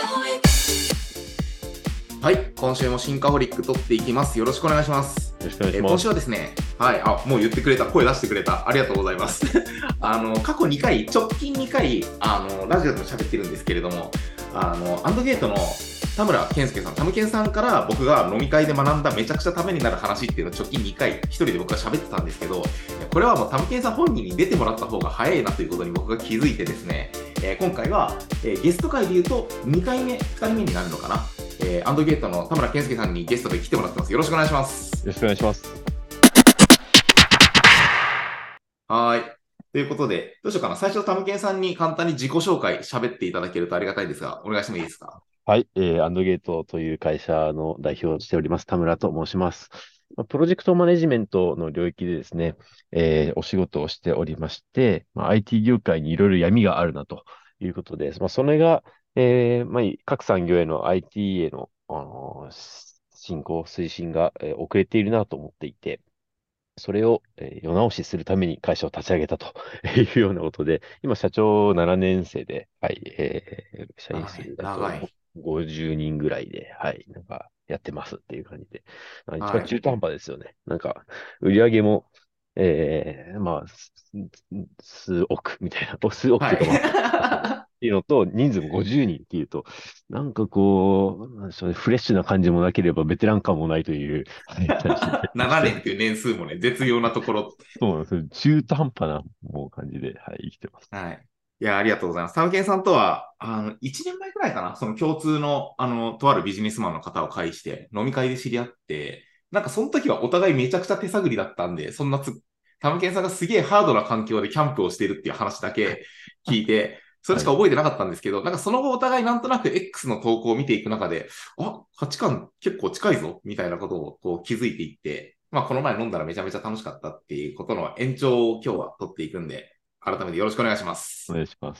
はい、今週もシンカホリック取っていきます。よろしくお願いします。 よろしくお願いし今ます。 週はですね、はい、もう言ってくれた、声出してくれた、ありがとうございます。過去2回、直近2回、ラジオでも喋ってるんですけれども、アンドゲートの田村健介さん、タムケンさんから僕が飲み会で学んだめちゃくちゃためになる話っていうのを直近2回、一人で僕は喋ってたんですけど、これはもうタムケンさん本人に出てもらった方が早いなということに僕が気づいてですね、今回は、ゲスト会で言うと2回目、2人目になるのかな。アンドゲートの田村健介さんにゲストで来てもらってます。よろしくお願いします。 よろしくお願いします。 はい。ということで、どうしようかな。最初、タムケンさんに簡単に自己紹介喋っていただけるとありがたいですが、お願いしてもいいですか？ はい、アンドゲートという会社の代表をしております、田村と申します。プロジェクトマネジメントの領域でですね、お仕事をしておりまして、IT 業界にいろいろ闇があるなということで、それが、各産業への IT への、進行、推進が、遅れているなと思っていて、それを、世直しするために会社を立ち上げたというようなことで、今、社長7年生で、はい、社員 7年。 数だと長い。 50人ぐらいで、はい、やってますっていう感じで、一はい。 番中途半端ですよね。売り上げも、数億みたいな、数億っはい。 ていうか、っていうのと、人数も50人っていうと、なんでしょうね、フレッシュな感じもなければ、ベテラン感もないという、はい、感じでやってき 7 てます。 年っていう年数もね、絶妙なところ。 そうなんですよ。中途半端な、もう感じで、はい、生きてます。 はい。いや、ありがとうございます。タムケンさんとは、1年前くらいかな、その共通の、とあるビジネスマンの方を介して、飲み会で知り合って、なんかその時はお互いめちゃくちゃ手探りだったんで、タムケンさんがすげえハードな環境でキャンプをしているっていう話だけ聞いて、それはい。 しか覚えてなかったんですけど、なんかその後お互いなんとなく X の投稿を見ていく中で、価値観結構近いぞ、みたいなことをこう気づいていって、この前飲んだらめちゃめちゃ楽しかったっていうことの延長を今日は取っていくんで、改めてよろしくお願いします。 お願いします。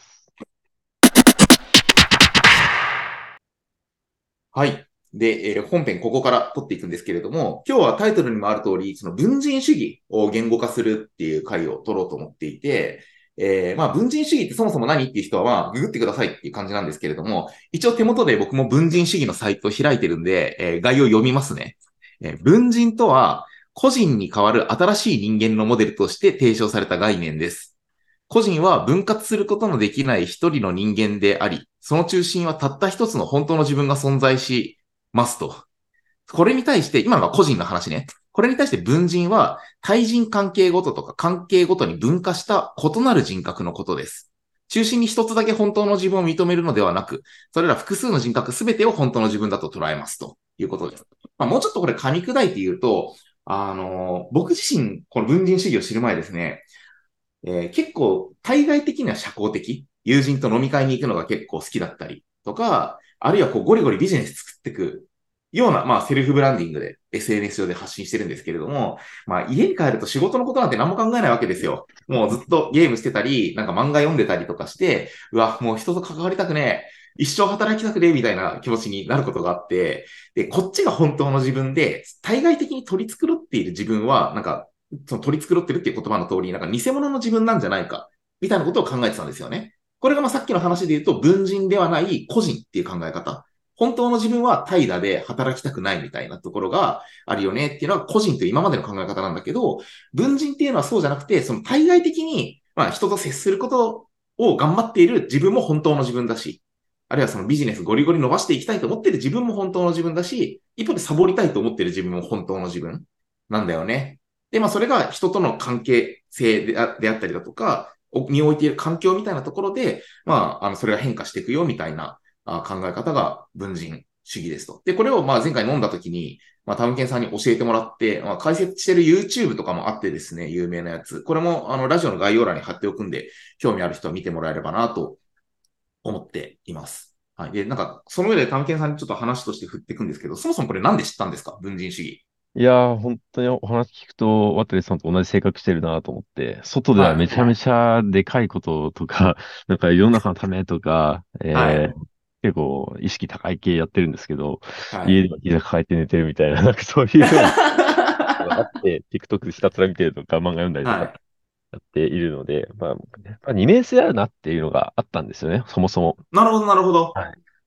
はい。で、本編ここから取っていくんですけれども、今日はタイトルにもある通り、その文人主義を言語化するっていう回を取ろうと思っていて、文人主義ってそもそも何っていう人は、ググってくださいっていう感じなんですけれども、一応手元で僕も文人主義のサイトを開いてるんで、概要を読みますね。文人とは、個人に代わる新しい人間のモデルとして提唱された概念です。個人は分割することのできない一人の人間であり、その中心はたった一つの本当の自分が存在しますと。これに対して、今のは個人の話ね。これに対して文人は対人関係ごととか関係ごとに分化した異なる人格のことです。中心に一つだけ本当の自分を認めるのではなく、それら複数の人格すべてを本当の自分だと捉えますということです。もうちょっとこれ噛み砕いて言うと、僕自身、この文人主義を知る前ですね、結構、対外的には社交的。友人と飲み会に行くのが結構好きだったりとか、あるいはこうゴリゴリビジネス作っていくような、セルフブランディングで SNS 上で発信してるんですけれども、家に帰ると仕事のことなんて何も考えないわけですよ。もうずっとゲームしてたり、なんか漫画読んでたりとかして、うわ、もう人と関わりたくねえ。一生働きたくねえみたいな気持ちになることがあって、で、こっちが本当の自分で、対外的に取り繕っている自分は、なんかその取り繕ってるっていう言葉の通り、なんか偽物の自分なんじゃないか、みたいなことを考えてたんですよね。これがさっきの話で言うと、文人ではない個人っていう考え方。本当の自分は怠惰で働きたくないみたいなところがあるよねっていうのは個人という今までの考え方なんだけど、文人っていうのはそうじゃなくて、その対外的に、人と接することを頑張っている自分も本当の自分だし、あるいはそのビジネスゴリゴリ伸ばしていきたいと思っている自分も本当の自分だし、一方でサボりたいと思っている自分も本当の自分なんだよね。で、それが人との関係性であったりだとか、においている環境みたいなところで、それが変化していくよみたいな考え方が文人主義ですと。で、これを前回飲んだ時に、タムケンさんに教えてもらって、解説してる YouTube とかもあってですね、有名なやつ。これもラジオの概要欄に貼っておくんで、興味ある人は見てもらえればなと思っています。はい。で、なんか、その上でタムケンさんにちょっと話として振っていくんですけど、そもそもこれなんで知ったんですか？文人主義。 いやー、本当にお話聞くと、渡さんと同じ性格してるなと思って、外ではめはい。 ちゃめちゃでかいこととか、世の中のためとか、 はい。 結構意識高い系やってるんですけど、 はい。 家では膝抱えて寝てるみたいな、そういうようなのがあって、TikTok ひたすら見てるとか、漫画読んだりとかはい。 やっているので、やっぱ二面性あるなっていうのがあったんですよね、そもそも。 なるほど、なるほど。 はい。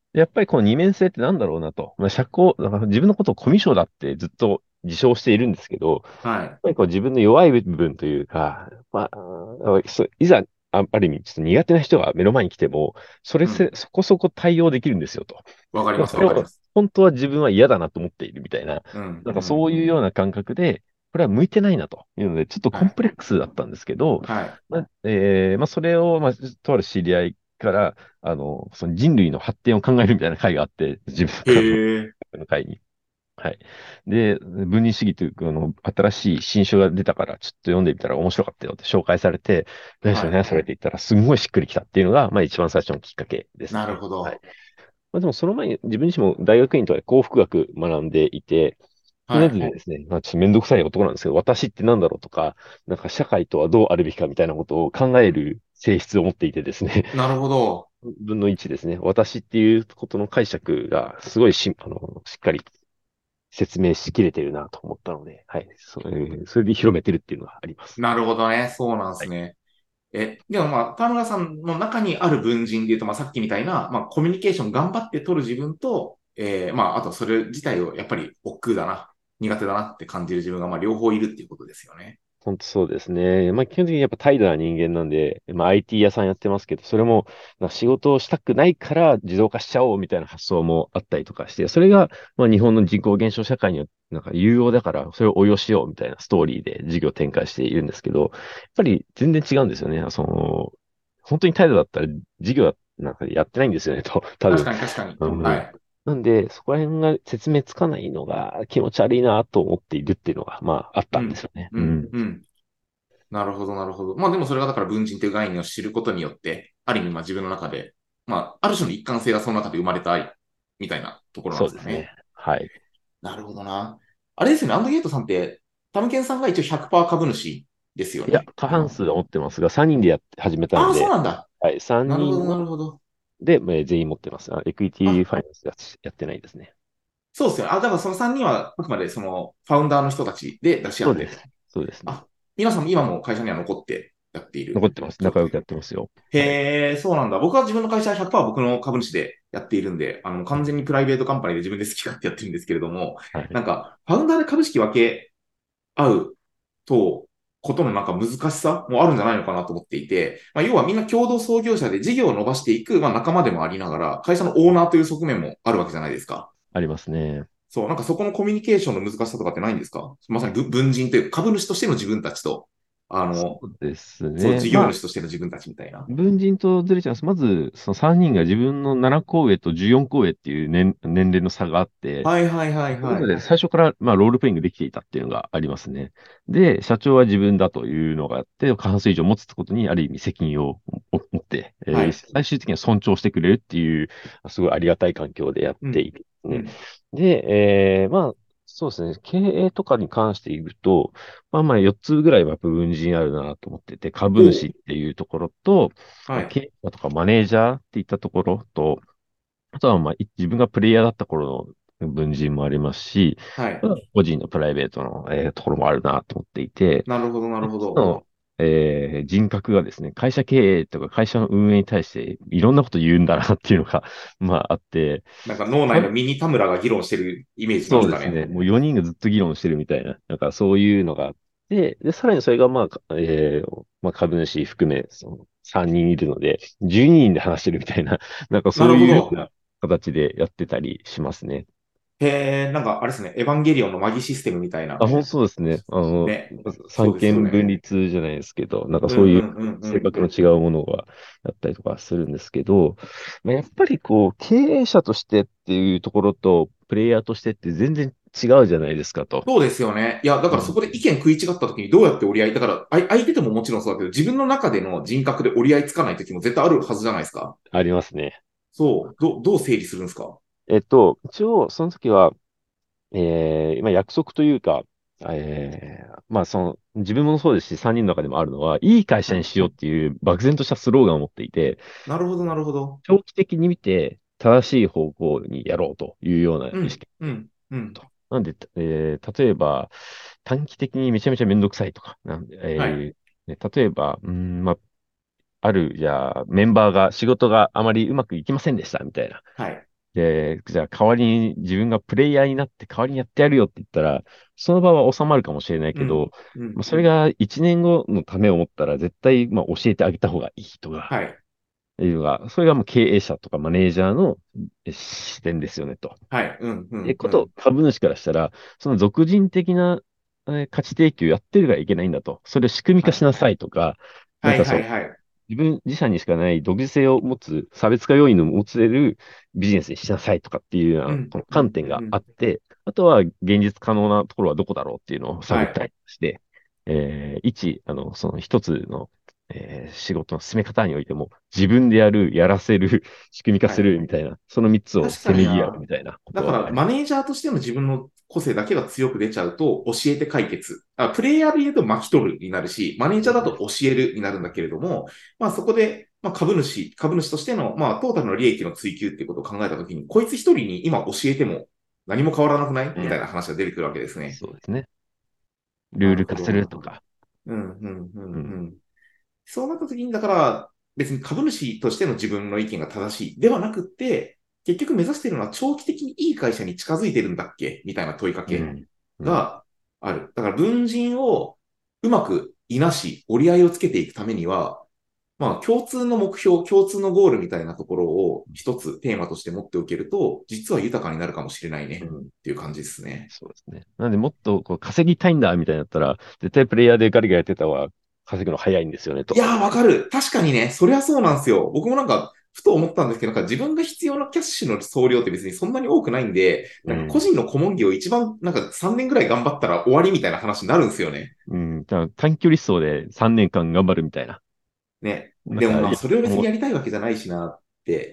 やっぱりこの二面性ってなんだろうなと。まあ、だから自分のことをコミュ障だってずっと自称しているんですけど、やっはい。 ぱりこう自分の弱い部分というか、まあ、いざ、ある意味、ちょっと苦手な人が目の前に来ても、 うん。 そこそこ対応できるんですよと。 わかります、 でもそれをわかります。 本当は自分は嫌だなと思っているみたいな、 うん、 なんかうん。 そういうような感覚で、これは向いてないなというので、ちょっとはい。 コンプレックスだったんですけど、 はい。 それを、とある知り合いから、その人類の発展を考えるみたいな会があって、自分、 へえ。 の会に。はい。で、分離主義というか、新しい新書が出たから、ちょっと読んでみたら面白かったよって紹介されて、何それはい。 何それって言ったら、すんごいしっくりきたっていうのが、まあ一番最初のきっかけですなるね。はい。 ほど。 まあでもその前に自分自身も大学院とかで幸福学学んでいて、常々 はい。 ですね、まあちょっとめんどくさい男なんですけど、私って何だろうとか、なんか社会とはどうあるべきかみたいなことを考える性質を持っていてですね、 なるほど。 分の1ですね。私っていうことの解釈がすごいしっかり説明しきれてるなと思ったので、はい。それで広めてるっていうのがあります。 なるほどね。そうなんではい。 すね。でもまあ、田村さんの中にある文人で言うと、まあさっきみたいな、まあコミュニケーション頑張って取る自分と、まああとそれ自体をやっぱり億劫だな、苦手だなって感じる自分がまあ両方いるっていうことですよね。 本当そうですね。まあ、基本的にやっぱ怠惰な人間なんで、まあ、IT 屋さんやってますけど、それも、なんか仕事をしたくないから自動化しちゃおうみたいな発想もあったりとかして、それが、まあ、日本の人口減少社会には、なんか有用だから、それを応用しようみたいなストーリーで事業を展開しているんですけど、やっぱり全然違うんですよね。本当に怠惰だったら事業はなんかやってないんですよね、多分。 確かに確かに。 うん。 はい。 なんで、そこら辺が説明つかないのが気持ち悪いなと思っているっていうのが、まあ、あったんですうん、 よね。 うん、 うん。 うん。なるほど、なるほど。まあでもそれがだから文人という概念を知ることによって、ある意味まあ自分の中で、まあある種の一貫性がその中で生まれたい、みたいなところなんそうですね。 ですかね。 はい。 なるほどな。あれですよね、アンドゲートさんって、タムケンさんが一応100%株主ですよいや、 ね、 過半今。 数は持ってますが、3人で始めたああ、そうので、 なんだ。 はい、3 なるほど、 人のなるほど。 で、全員持ってます。エクイティあ、 ファイナンスやってないですね。 そうですよね。あ、だからその3人は、あくまでその、ファウンダーの人たちで出し合そうです。 ってる。 そうですね。 あ、皆さん今も会社には残ってやっている残ってます。 状態。 仲良くやってますよ。はい。 へえ、そうなんだ。僕は自分の会社は100%僕の株主でやっているんで、完全にプライベートカンパニーで自分で好き勝手やってるんですけれども、 はい。 なんか、ファウンダーで株式分け合うと、ことのなんか難しさもあるんじゃないのかなと思っていて、まあ、要はみんな共同創業者で事業を伸ばしていく、まあ、仲間でもありながら、会社のオーナーという側面もあるわけじゃないですか。 ありますね。 そう、なんかそこのコミュニケーションの難しさとかってないんですか？まさに文人というか株主としての自分たちと、あの、 そうですそう、 ね。 事業主としての自分たちみたいな。 文人とずれちゃいます。まず、その3人が自分の7校上と14校上っていう年齢の差があって、 はいはいはいそれぞはい。 れ最初から、まあ、ロールプレイングできていたっていうのがありますね。で、社長は自分だというのがあって、過半数以上持つことにある意味責任を持って、 はい。 最終的には尊重してくれるっていう、すごいありがたい環境でやっうん。 ているね。 うん。 で、まあ、そうですね。経営とかに関して言うと、まあ4つぐらいは部分人あるなと思ってて、株主っおう。 ていうところと、 はい。 経営者とかマネージャーっていったところと、あとは、自分がプレイヤーだった頃の文人もありますし、 はい。 まあ個人のプライベートの、ところもあるなと思っていて、 なるほどなるほど。 一つの、人格がですね、会社経営とか会社の運営に対していろんなこと言うんだなっていうのが、まああって、 なんか脳内のミニ田村が議論してるイメージしますかね。 そうですね、もう4人がずっと議論してるみたいな、なんかそういうのがあって、で、さらにそれがまあ株主含め、その3人いるので、12人で話してるみたいな、なんかなそうるほど。 いうような形でやってたりしますね。 へえ、なんかあれですね、エヴァンゲリオンのマギシステムみたいな。 あ、本当そうですね。 ね。そう三ですよね。 権分立じゃないですけど、なんかそういううんうんうんうん。 性格の違うものがあったりとかするんですけど、まあ、やっぱりこう、経営者としてっていうところと、プレイヤーとしてって全然違うじゃないですかと。 そうですよね。いや、だかうん。 らそこで意見食い違った時にどうやって折り合い、だから相手とももちろんそうだけど、自分の中での人格で折り合いつかない時も絶対あるはずじゃないですか。 ありますね。 そう。どう整理するんですか？ 一応、その時は、まあ、約束というか、まあ、自分もそうですし、3人の中でもあるのは、いい会はい。 社にしようっていう漠然としたスローガンを持っていて、 なるほど、なるほど。 長期的に見て、正しい方向にやろうというようなうん、 意識うん、うん。 と。なんで、例えば、短期的にめちゃめちゃめんどくさいとか、 はい、 例えば、まあ、じゃあ、メンバーが仕事があまりうまくいきませんでした、みたいな。 はい。 で、じゃあ代わりに自分がプレイヤーになって代わりにやってやるよって言ったら、その場は収まるかもしれないうん。 けど、まあ、 うん。 それが1年後のためを思ったら絶対まあ教えてあげた方がいい人が、 はい。 いうのが、それがもう経営者とかマネージャーの視点ですよねと。 はい。うん。うで、 ん。うん。 株主からしたら、その俗人的な価値提供やってるがいけないんだと。それを仕組みはい。 化しなさいとか、なはい。 んかはい。はい。 自分自社にしかない独自性を持つ、差別化要因の持つれるビジネスにしなさいとかっていうような、 うん。 このうん。 観点がうん。 あって、あとは現実可能なところはどこだろうっていうのを探はい。 ったりして、その一つの、仕事の進め方においても、自分でやる、やらせる、仕組み化すはい。 るみたいな、その三つを確かせめぎ合うにな。 みたいなこだから、 とはあります。 マネージャーとしての自分の個性だけが強く出ちゃうと、教えて解決。プレイヤーで言うと巻き取るになるし、マネージャーだとそうですね。 教えるになるんだけれども、まあそこで、まあ株主としての、まあトータルの利益の追求っていうことを考えたときに、こいつ一人に今教えても何も変わらなくないうん。 みたいな話が出てくるわけですね。 そうですね。ルなるほど、 ール化すなるほど。 るとか。 うん、うん、うん、ううん。 ん。そうなった時に、だから、別に株主としての自分の意見が正しいではなくって、結局目指しているのは長期的にいい会社に近づいてるんだっけみたいな問いかけうん。うん。 がある。だから文人をうまくいなし、折り合いをつけていくためには、まあ共通の目標、共通のゴールみたいなところを一つテーマとして持っておけると、実は豊かになるかもしれないねうん。 っていう感じですね。 そうですね。なんで、もっと稼ぎたいんだみたいになったら、絶対プレイヤーでガリガリやってた方が稼ぐの早いんですよね、と。 いやー、わかる。確かにね、そりゃそうなんですよ。僕もなんか、ふと思ったんですけど、なんか自分が必要なキャッシュの総量って別にそんなに多くないんで、なんか個うん。 人の顧問業一番なんか3年ぐらい頑張ったら終わりみたいな話になるんですよね。 うん。だから短距離走で3年間頑張るみたいな。 ね。 なんか、 でもまあ、 いや、 それを別にもやりたいわけじゃないしなって。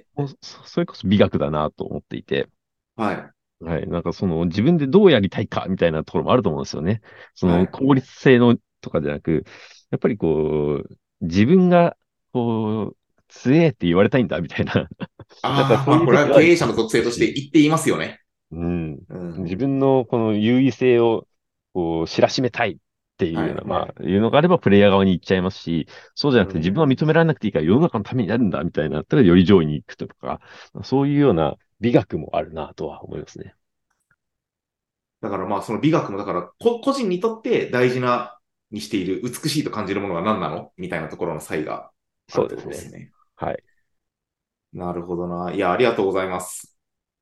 それこそ美学だなと思っていて。 はい。 はい。なんか自分でどうやりたいかみたいなところもあると思うんですよね。そはい。 の効率性のとかじゃなく、やっぱり自分が、強えって言われたいんだみたいな。なんかああ、 そういうまあこれは経時は生き営者の属性としててほしい。 言っていますよね。 うん。 うん。 自分のこの優位性を知らしめたいっていうような、 はい。 まあ、いうのがあればプレイヤー側に行っちゃいますし、そうじゃなくて自うん。 分は認められなくていいから世の中のためになるんだみたいなだったらより上位に行くとか、そういうような美学もあるなとは思いますね。 だからまあその美学もだから個人にとって大事なにしている美しいと感じるものは何なのみたいなところの差異があるってこそうですね。 とですね。 はい。 なるほどな。いや、ありがとうございます。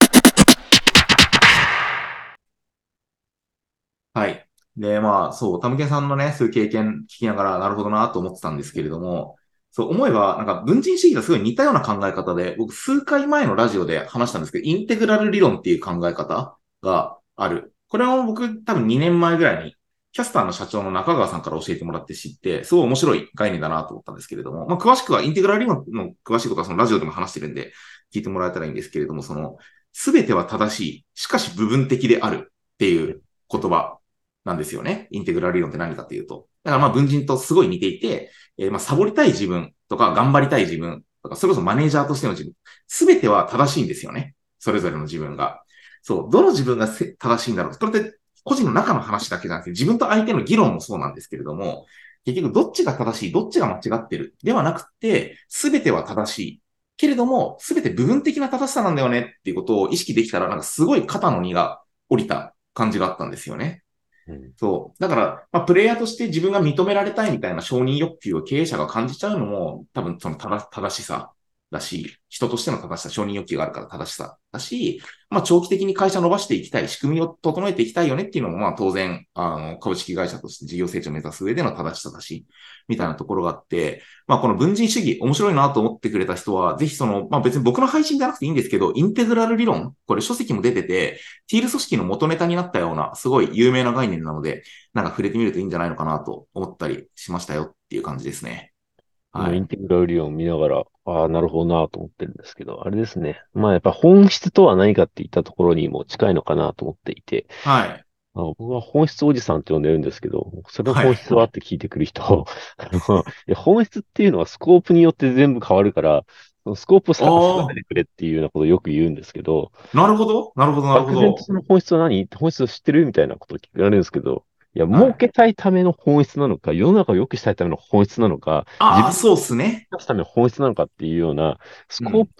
はい。で、まあ、そう、タムケンさんのね、そういう経験聞きながら、なるほどなと思ってたんですけれども、そう思えば、なんか文人主義とすごい似たような考え方で、僕数回前のラジオで話したんですけど、インテグラル理論っていう考え方がある。これを僕多分2年前ぐらいに、キャスターの社長の中川さんから教えてもらって知って、すごい面白い概念だなと思ったんですけれども、まあ、詳しくはインテグラル理論の詳しいことはそのラジオでも話してるんで、聞いてもらえたらいいんですけれども、すべては正しい、しかし部分的であるっていう言葉なんですよね。インテグラル理論って何かっていうと。だからまあ文人とすごい似ていて、まあサボりたい自分とか頑張りたい自分とか、それこそマネージャーとしての自分、すべては正しいんですよね。それぞれの自分が。そう、どの自分が正しいんだろう。これって個人の中の話だけじゃなくて、自分と相手の議論もそうなんですけれども、結局どっちが正しい、どっちが間違ってるではなくて、すべては正しい。けれども、すべて部分的な正しさなんだよねっていうことを意識できたら、なんかすごい肩の荷が降りた感じがあったんですよね。 うん。 そう。だから、まあ、プレイヤーとして自分が認められたいみたいな承認欲求を経営者が感じちゃうのも、多分その正しさだし、人としての正しさ、承認欲求があるから正しさだし、まあ、長期的に会社を伸ばしていきたい、仕組みを整えていきたいよねっていうのも、まあ、当然、株式会社として事業成長を目指す上での正しさだし、みたいなところがあって、まあ、この文人主義、面白いなと思ってくれた人は、ぜひまあ、別に僕の配信じゃなくていいんですけど、インテグラル理論、これ書籍も出てて、ティール組織の元ネタになったような、すごい有名な概念なので、なんか触れてみるといいんじゃないのかなと思ったりしましたよっていう感じですね。はい。 今インテグラル理論を見ながら、ああ、なるほどなと思ってるんですけど、あれですね。まあやっぱ本質とは何かっていったところにも近いのかなと思っていて、 はい。 僕は本質おじさんって呼んでるんですけど、それのはい。 本質はって聞いてくる人、いや本質っていうのはスコープによって全部変わるから、そのスコープを定めああ、 てくれっていうようなことをよく言うんですけど、 なるほど。なるほど、なるほ漠然とど。 その本質は何って本質を知ってるみたいなことを聞かれるんですけど、いや、 はい。 儲けたいための本質なのか、世の中を良くしたいための本質なのか、自ああ、 分そうっすね。 出すための本質なのかっていうような、スうん。 コープ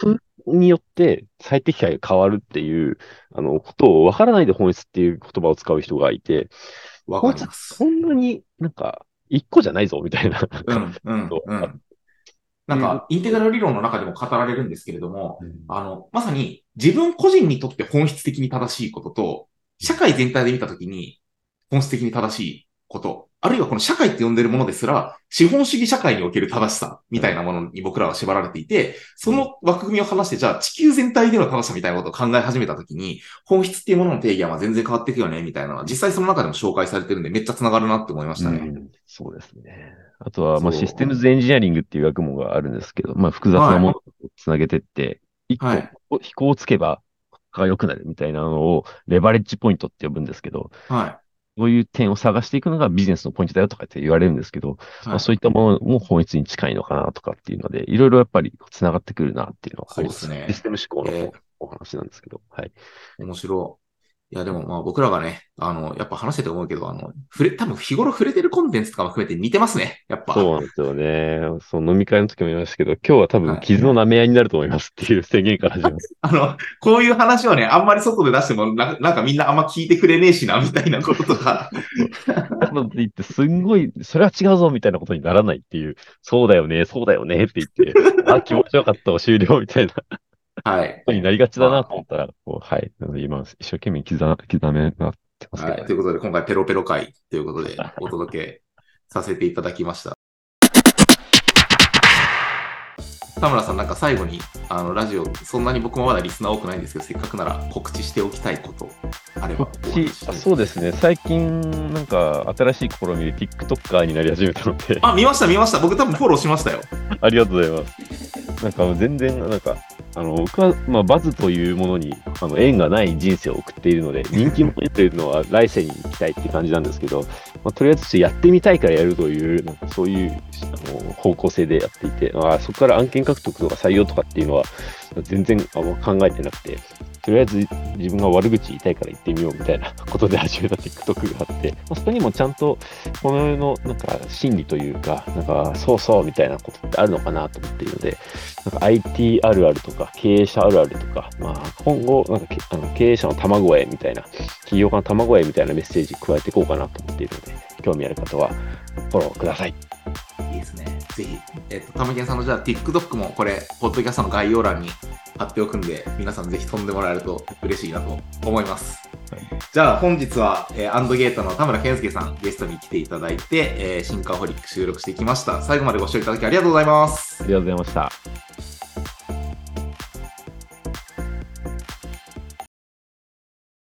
によって最適解が変わるっていう、ことを分からないで本質っていう言葉を使う人がいて、 わかり本質ます。 そんなになんか、一個じゃないぞみたいな、なんか、 うん、うん、 そうあっうん。なんていうか、インテグラル理論の中でも語られるんですけれども、 うん、 まさに自分個人にとって本質的に正しいことと、社会全体で見たときに本質的に正しいこと、あるいはこの社会って呼んでるものですら、資本主義社会における正しさみたいなものに僕らは縛られていて、そうんの枠組みを話して、じゃあ地球全体での正しさみたいなことを考え始めたときに、本質っていうものの定義はまあ全然変わっていくよね、みたいなのは、実際その中でも紹介されてるんで、めっちゃ繋がるなって思いましたね。 そうですね。あとは、まあ、システそムズエンジニアリングっていう学問があるんですけど、まあ、複う。はい。 雑なものをつなげてって、一個、 はい。 飛行をつけば、が良くなるみたいなのを、レバレッジポイントって呼ぶんですけど、 はい。 そういう点を探していくのがビジネスのポイントだよとかって言われるんですけど、まあ、 はい。 そういったものも本質に近いのかなとかっていうので、いろいろやっぱり繋がってくるなっていうのはあそうでります。シスすね。 テム思考のえお話なんですけど、はい。 面白い。いや、でもまあ僕らがね、やっぱ話してて思うけど、多分日頃触れてるコンテンツとかも含めて似てますね。やっぱ。 そうなんですよね。その飲み会の時も言いましたけど、今日は多分はい。 傷の舐め合いになると思いますっていう宣言から始まる。 こういう話をね、あんまり外で出してもなんかみんなあんま聞いてくれねえしな、みたいなこととか。 だからって言って、すんごい、それは違うぞみたいなことにならないっていう、そうだよね、そうだよねって言って、あ、気持ちよかったわ、終了みたいなこはい。 とになりがちだなまと思ったら、こう、はい。なので今、一生懸命刻めなってまあ、はい。とすけどね。 いうことで、今回ペロペロ会ということでお届けさせていただきました。田村さん、なんか最後に、ラジオ、そんなに僕もまだリスナー多くないんですけど、せっかくなら告知しておきたいことあればお話ししたいです。 そうですね。最近、なんか、新しい試みで TikToker になり始めたのであ、見ました、見ました。僕多分フォローしましたよ。 ありがとうございます。なんか全然、なんか、僕は、まあ、バズというものに、縁がない人生を送っているので、人気者というのは来世に行きたいって感じなんですけど、まあ、とりあえずやってみたいからやるという、なんかそういう方向性でやっていて、そこから案件獲得とか採用とかっていうのは、全然考えてなくて、とりあえず自分が悪口言いたいから言ってみようみたいなことで始めた TikTok があって、まあ、そこにもちゃんと、この世のなんか心理というか、なんかそうそうみたいなことってあるのかなと思っているので、なんか IT あるあるとか、経営者あるあるとか、まあ、今後、なんか経営者の卵へみたいな、起業家の卵へみたいなメッセージ加えていこうかなと思っているので、興味ある方はフォローください。 いいですね。ぜひ。たまけんさんのじゃあ TikTok もこれ、ポッドキャストの概要欄に貼っておくんで、皆さんぜひ飛んでもらえると嬉しいなと思います。 はい、 じゃあ本日は、アンドゲートの田村健介さんゲストに来ていただいて、シンカーホリック収録してきました。最後までご視聴いただきありがとうございます。 ありがとうございました。